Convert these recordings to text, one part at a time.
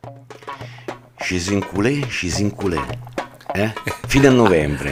Ci si inculè, fino a novembre.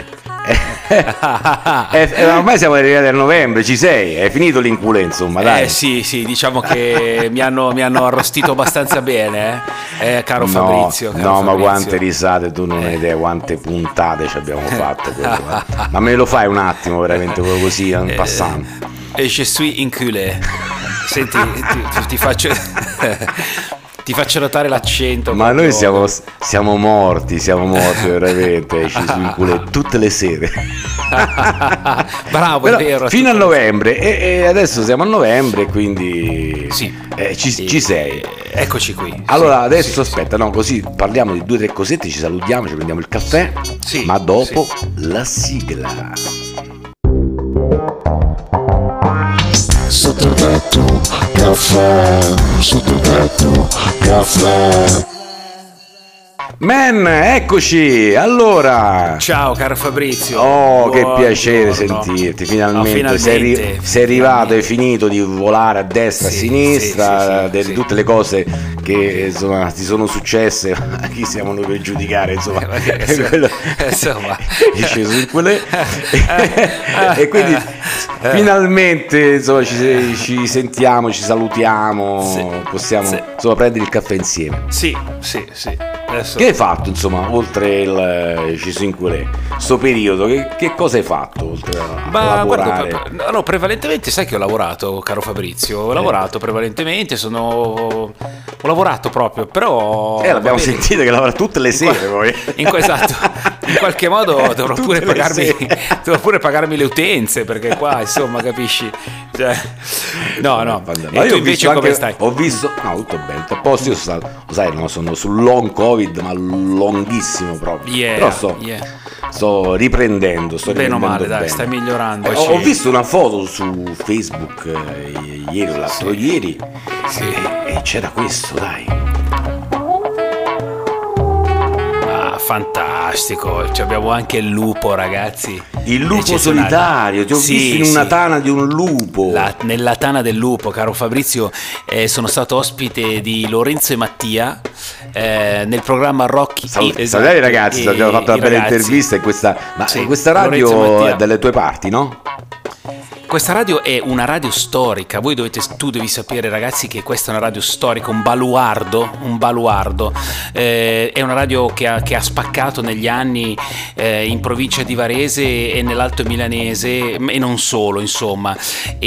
Ormai siamo arrivati a novembre, ci sei, è finito l'inculè, insomma, dai. Sì, diciamo che mi hanno arrostito abbastanza bene, caro Fabrizio. No, ma quante risate, tu non hai idea quante puntate ci abbiamo fatto. Ma me lo fai un attimo, veramente, così, passando. Je suis inculé. Senti, ti faccio... Ti faccio notare l'accento. Ma noi siamo morti veramente, ci si inculè tutte le sere. Bravo, però, è vero. Fino a novembre e adesso siamo a novembre, quindi sì, ci sei. Eccoci qui. Allora adesso aspetta, no, così parliamo di 2 o 3 cosette, ci salutiamo, ci prendiamo il caffè, ma dopo la sigla. Sottotetto caffè, sottotetto caffè. Man, eccoci, allora. Ciao caro Fabrizio. Oh, che piacere sentirti, finalmente. Sei arrivato, hai finito di volare a destra, a sinistra, di tutte le cose che insomma ti sono successe. Chi siamo noi per giudicare, insomma. Insomma. E quindi finalmente insomma ci sentiamo, ci salutiamo, possiamo insomma prendere il caffè insieme. Sì. Adesso... Che hai fatto, insomma, oltre il Cisinculè, sto periodo, che cosa hai fatto oltre a lavorare? Guarda, no, prevalentemente sai che ho lavorato, caro Fabrizio, ho lavorato prevalentemente, ho lavorato proprio, però... L'abbiamo sentito che lavora tutte le sere poi. Esatto, in qualche modo dovrò pure pagarmi le utenze, perché qua, insomma, capisci? Cioè, no. Ma E tu io invece come stai? Ho visto, no, tutto bene, a posto, io sai, no, sono sul long Covid, ma longhissimo proprio. Però sto riprendendo, bene o male, bene. dai, stai migliorando. Ho visto una foto su Facebook ieri o l'altro ieri e c'era questo, dai. Fantastico, abbiamo anche il lupo, ragazzi. Il lupo solitario, ti ho visto in una tana di un lupo. Nella tana del lupo, caro Fabrizio, sono stato ospite di Lorenzo e Mattia nel programma Rocky. Salve ragazzi, abbiamo fatto una bella intervista in questa radio è dalle tue parti, no? Questa radio è una radio storica, tu devi sapere ragazzi che questa è una radio storica, un baluardo, è una radio che ha spaccato negli anni in provincia di Varese e nell'Alto Milanese e non solo, insomma,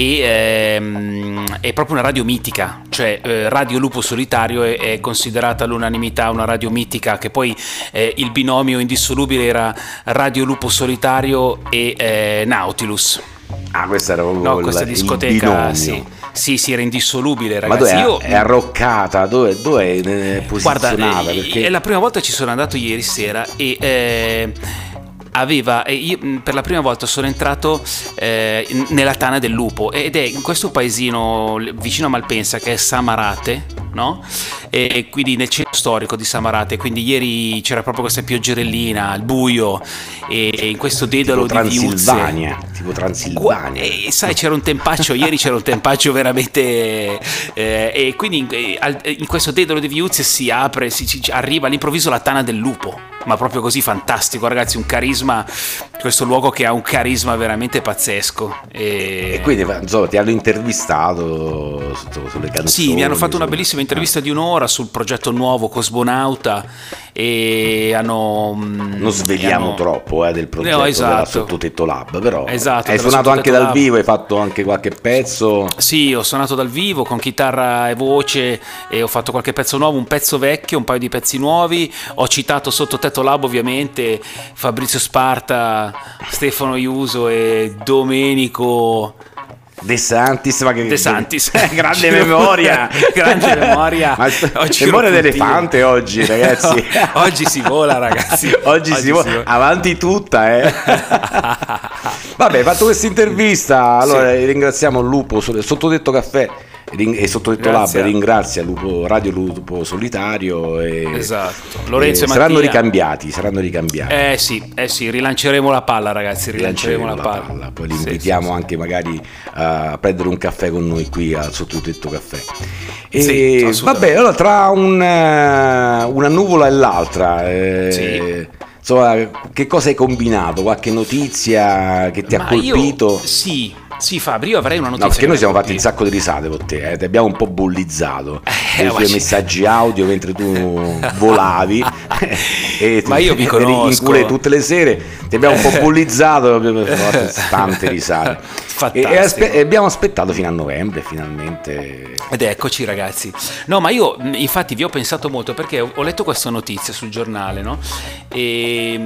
e è proprio una radio mitica, cioè Radio Lupo Solitario è considerata all'unanimità una radio mitica, che poi il binomio indissolubile era Radio Lupo Solitario e Nautilus. Questa era proprio questa discoteca, sì, era indissolubile, ragazzi. Ma dove è arroccata? Dove è posizionata? Guarda, perché... è la prima volta ci sono andato ieri sera e io per la prima volta sono entrato nella tana del lupo, ed è in questo paesino vicino a Malpensa che è Samarate, no? E quindi nel centro storico di Samarate, quindi ieri c'era proprio questa pioggerellina al buio e in questo dedalo di viuzze, tipo Transilvania. Sai, c'era un tempaccio ieri, c'era un tempaccio veramente e quindi in questo dedalo di viuzze si apre, arriva all'improvviso la tana del lupo, ma proprio così fantastico, ragazzi, un carisma, questo luogo che ha un carisma veramente pazzesco. E quindi insomma ti hanno intervistato sulle canzoni? Sì, mi hanno fatto una bellissima intervista di un'ora sul progetto nuovo Cosmonauta e hanno... Non sveliamo troppo del progetto della Sottotetto Lab, però hai suonato anche dal vivo, hai fatto anche qualche pezzo? Sì, ho suonato dal vivo con chitarra e voce e ho fatto qualche pezzo nuovo, un pezzo vecchio, un paio di pezzi nuovi, ho citato Sottotetto Lab ovviamente, Fabrizio Sparta, Stefano Iuso e Domenico De Santis, ma che De Santis. grande memoria, grande memoria. Memoria d'elefante oggi, ragazzi. Oggi si vola, ragazzi. Oggi si vola. Avanti tutta, Vabbè, fatto questa intervista, allora ringraziamo il Lupo Sottodetto Caffè e sottotitolabile ringrazia Radio Lupo Solitario esatto, Lorenzo e Mattia saranno ricambiati. Sì, rilanceremo la palla, ragazzi, rilanceremo la palla. Poi li invitiamo anche magari a prendere un caffè con noi qui al Sottotetto Caffè. E vabbè, allora tra una nuvola e l'altra insomma, che cosa hai combinato? Qualche notizia che ti ha colpito? Sì, Fabri, io avrei una notizia. No, perché noi siamo fatti un sacco di risate con te, ti abbiamo un po' bullizzato con i tuoi messaggi audio mentre tu volavi e ma io vi conosco. In cuore tutte le sere ti abbiamo un po' bullizzato, abbiamo fatto tante risate. E abbiamo aspettato fino a novembre finalmente. Ed eccoci, ragazzi. No, ma io infatti vi ho pensato molto, perché ho letto questa notizia sul giornale, no? Che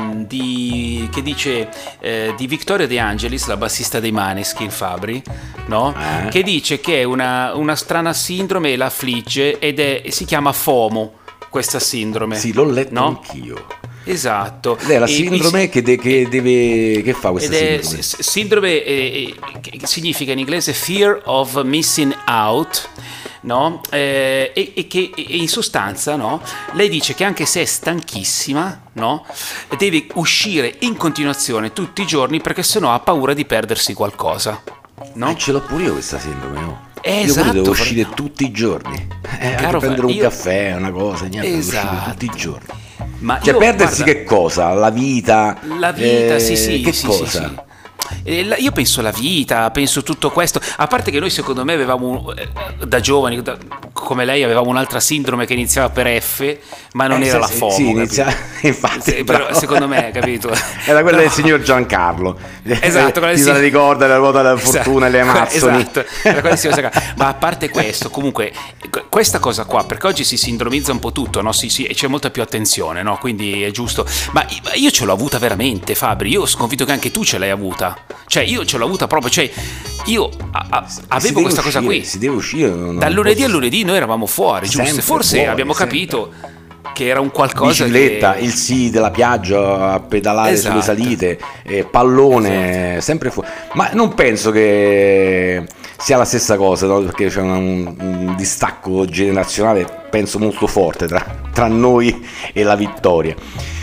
dice di Victoria De Angelis, la bassista dei Maneskin, Fabri, no? Che dice che è una strana sindrome, l'affligge ed si chiama FOMO, questa sindrome. Sì, l'ho letto, no? Anch'io. Esatto. Ed è la sindrome che fa questa sindrome? Sindrome che significa in inglese fear of missing out, no? E che in sostanza, no? Lei dice che anche se è stanchissima, no? Deve uscire in continuazione tutti i giorni, perché sennò ha paura di perdersi qualcosa, no? Ce l'ho pure io questa sindrome, no? Esatto, io pure devo uscire tutti i giorni, caro, prendere un caffè, una cosa, niente, devo uscire tutti i giorni. Ma perdersi, guarda, che cosa? La vita, sì, che sì, cosa? Sì. Io penso la vita, penso tutto questo, a parte che noi secondo me avevamo da giovani come lei avevamo un'altra sindrome che iniziava per F, ma non era la FOMO. Sì, infatti, però secondo me, capito? Era quella del signor Giancarlo. Esatto, chi se la ricorda, la ruota della fortuna e le Amazzoni. Esatto, era quella del signor Giancarlo. Ma a parte questo, comunque questa cosa qua, perché oggi si sindromizza un po' tutto, no? Sì, e c'è molta più attenzione, no? Quindi è giusto. Ma io ce l'ho avuta veramente, Fabri, io sono convinto che anche tu ce l'hai avuta. Cioè io ce l'ho avuta proprio, cioè io avevo questa cosa qui. Si deve uscire. Dal lunedì a lunedì noi eravamo fuori, giusto? Forse fuori, abbiamo capito che era un qualcosa. Bicicletta, il sì della piaggia, a pedalare sulle salite, pallone, sempre fuori. Ma non penso che sia la stessa cosa, no? Perché c'è un distacco generazionale, penso molto forte tra noi e la Vittoria.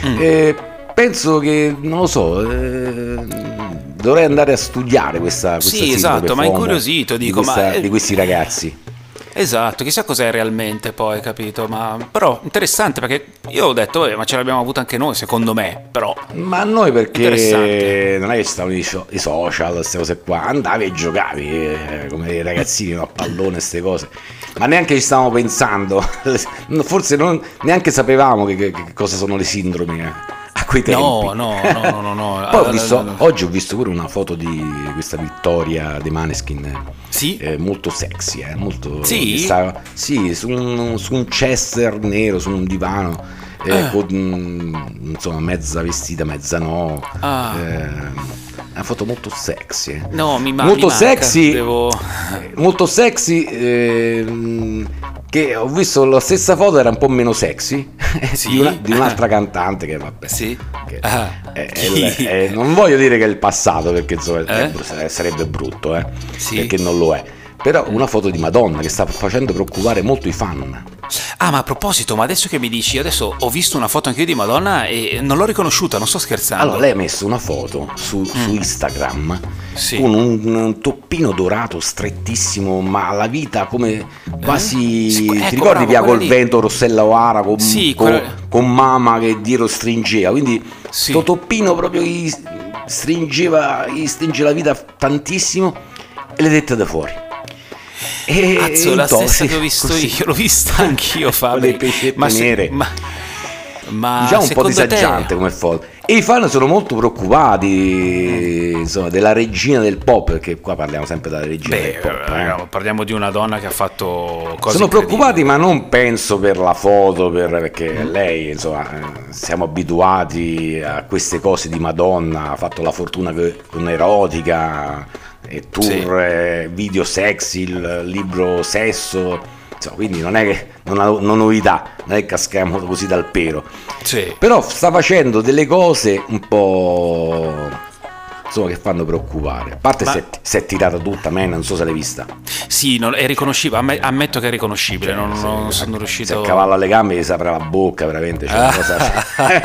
Penso che, non lo so, dovrei andare a studiare questa sì, esatto, ma incuriosito, dico, di questi ragazzi. Esatto, chissà cos'è realmente poi, capito? Ma però interessante, perché io ho detto, ma ce l'abbiamo avuta anche noi, secondo me, però. Ma noi perché non è che stavano i social, queste cose qua, andavi e giocavi come i ragazzini, no? A pallone, queste cose. Ma neanche ci stavamo pensando, forse neanche sapevamo che cosa sono le sindromi. A quei tempi. No. Poi oggi ho visto pure una foto di questa Vittoria dei Maneskin. Sì? Molto sexy, molto. Sì? Sì, su un Chester nero, su un divano, con insomma mezza vestita, mezza no. Una foto molto sexy. No, molto sexy. Molto sexy. Che ho visto la stessa foto, era un po' meno sexy, sì? di un'altra cantante che vabbè. Sì. Non voglio dire che è il passato, perché insomma, sarebbe brutto, sì. Perché non lo è. Però una foto di Madonna che sta facendo preoccupare molto i fan. Ah, ma a proposito, ma adesso che mi dici, adesso ho visto una foto anche io di Madonna e non l'ho riconosciuta, non sto scherzando. Allora, lei ha messo una foto su Instagram, sì, con un toppino dorato strettissimo, ma la vita come quasi... ti ricordi Via col vento, Rossella O'Hara con mamma che dietro stringeva, quindi sto toppino proprio gli stringe la vita tantissimo, e le dette da fuori. Cazzo, la stessa che ho visto così. Io l'ho vista anch'io, Fabio. Ma diciamo un po' disagiante come foto. E i fan sono molto preoccupati, insomma, della regina del pop, perché qua parliamo sempre della regina del pop. Parliamo di una donna che ha fatto cose. Sono preoccupati, ma non penso per la foto, perché lei, insomma, siamo abituati a queste cose di Madonna, ha fatto la fortuna con erotica, e tour, video sexy, il libro Sesso, insomma, quindi non è che non novità, non è che caschiamo così dal pero. Sì. Però sta facendo delle cose un po' insomma, che fanno preoccupare. A parte se è tirata tutta, non so se l'hai vista. Sì, è riconoscibile, ammetto che è riconoscibile, non sono riuscito. Se il cavallo alle gambe gli si apre la bocca, veramente c'è una cosa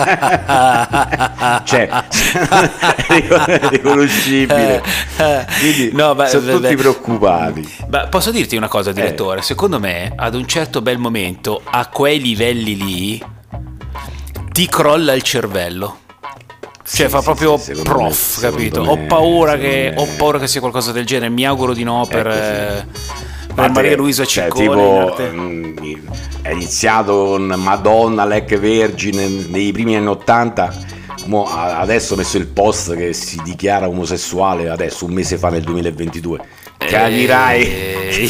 cioè è riconoscibile. Quindi sono tutti preoccupati. Posso dirti una cosa, direttore? Secondo me ad un certo bel momento, a quei livelli lì, ti crolla il cervello. Cioè fa proprio prof, capito? Ho paura che sia qualcosa del genere. Mi auguro di no per Maria Luisa Ciccone. Tipo, è iniziato con Madonna, Lec Vergine nei primi anni '80. Adesso ho messo il post che si dichiara omosessuale adesso, un mese fa, nel 2022. Capirai.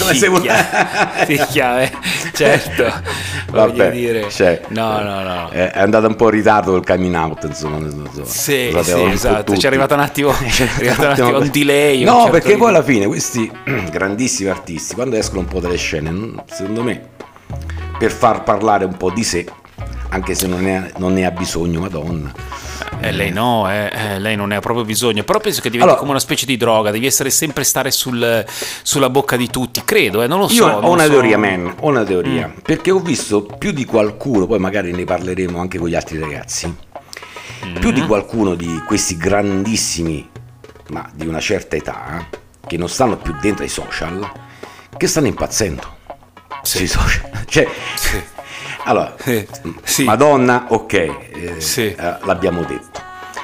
Certo. Vabbè, dire. No. È andato un po' in ritardo col coming out, insomma. Sì, esatto. C'è arrivato un attimo un delay. No, perché poi alla fine questi grandissimi artisti, quando escono un po' dalle scene, secondo me, per far parlare un po' di sé, anche se non ne ha bisogno, Madonna. Lei no, lei non ne ha proprio bisogno, però penso che diventi come una specie di droga, devi sempre stare sulla bocca di tutti, credo, non lo so. Io ho una teoria, perché ho visto più di qualcuno, poi magari ne parleremo anche con gli altri ragazzi, più di qualcuno di questi grandissimi, ma di una certa età, che non stanno più dentro ai social, che stanno impazzendo sui social, cioè... Sì. Allora, Madonna, ok, l'abbiamo detto.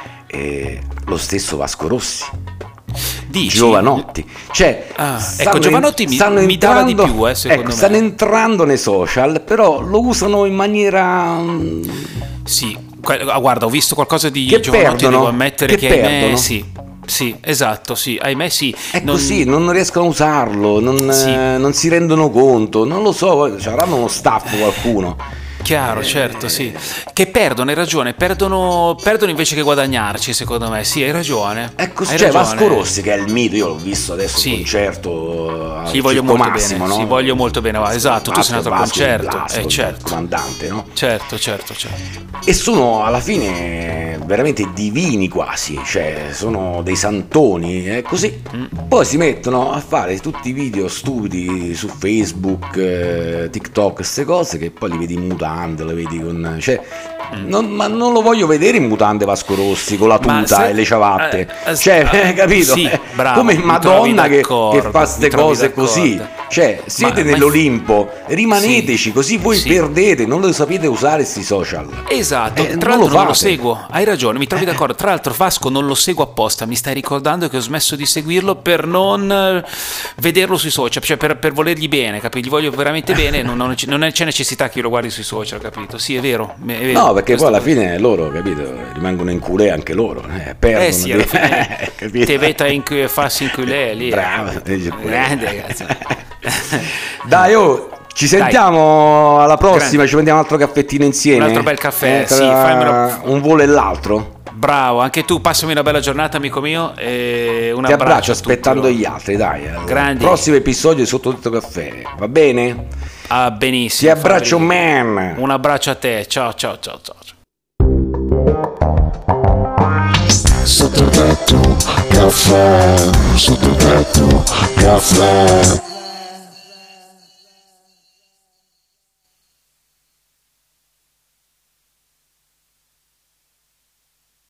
Lo stesso Vasco Rossi, Giovanotti, cioè Giovanotti mi dava di più, secondo me. Stanno entrando nei social, però lo usano in maniera sì, guarda, ho visto qualcosa di Giovanotti, devo ammettere che ahimè, sì, esatto, sì, ahimè sì. È così, non riescono a usarlo, non si rendono conto, non lo so, avranno uno staff, qualcuno. Chiaro, certo, sì. Che perdono, hai ragione, perdono invece che guadagnarci, secondo me, sì, hai ragione. È così, cioè Vasco Rossi, che è il mito, io l'ho visto adesso al concerto al Circo Massimo, no? Sì, voglio molto bene, esatto, tu sei andato al concerto, certo. Comandante, no? Certo. E sono alla fine veramente divini quasi, cioè sono dei santoni, è così. Poi si mettono a fare tutti i video stupidi su Facebook, TikTok, queste cose che poi li vedi in mutande, le vedi con... cioè, ma non lo voglio vedere in mutande Vasco Rossi con la tuta e le ciabatte, cioè, capito? Sì, bravo, come Madonna che fa queste cose così, cioè siete nell'Olimpo, rimaneteci, così voi perdete, non lo sapete usare questi social. Esatto, tra l'altro non lo seguo, hai ragione, mi trovi d'accordo. Tra l'altro Vasco non lo seguo apposta, mi stai ricordando che ho smesso di seguirlo per non vederlo sui social, cioè per volergli bene, capito? Gli voglio veramente bene, non c'è necessità che io lo guardi sui social, capito? Sì, è vero. No, perché poi alla fine loro, capito, rimangono in culé anche loro, perdono. Sì, alla fine te veta farsi in culé lì. Bravo, grande, ragazzi. Dai, ci sentiamo alla prossima. Grande. Ci prendiamo un altro caffettino insieme. Un altro bel caffè, sì, fammelo. Un volo e l'altro. Bravo, anche tu, passami una bella giornata, amico mio, e un Ti abbraccio a aspettando gli altri, dai. Grandi. Prossimo episodio di Sottotetto Caffè, va bene? Benissimo. Ti abbraccio, man. Un abbraccio a te, ciao. Sottotetto Caffè, Sottotetto Caffè.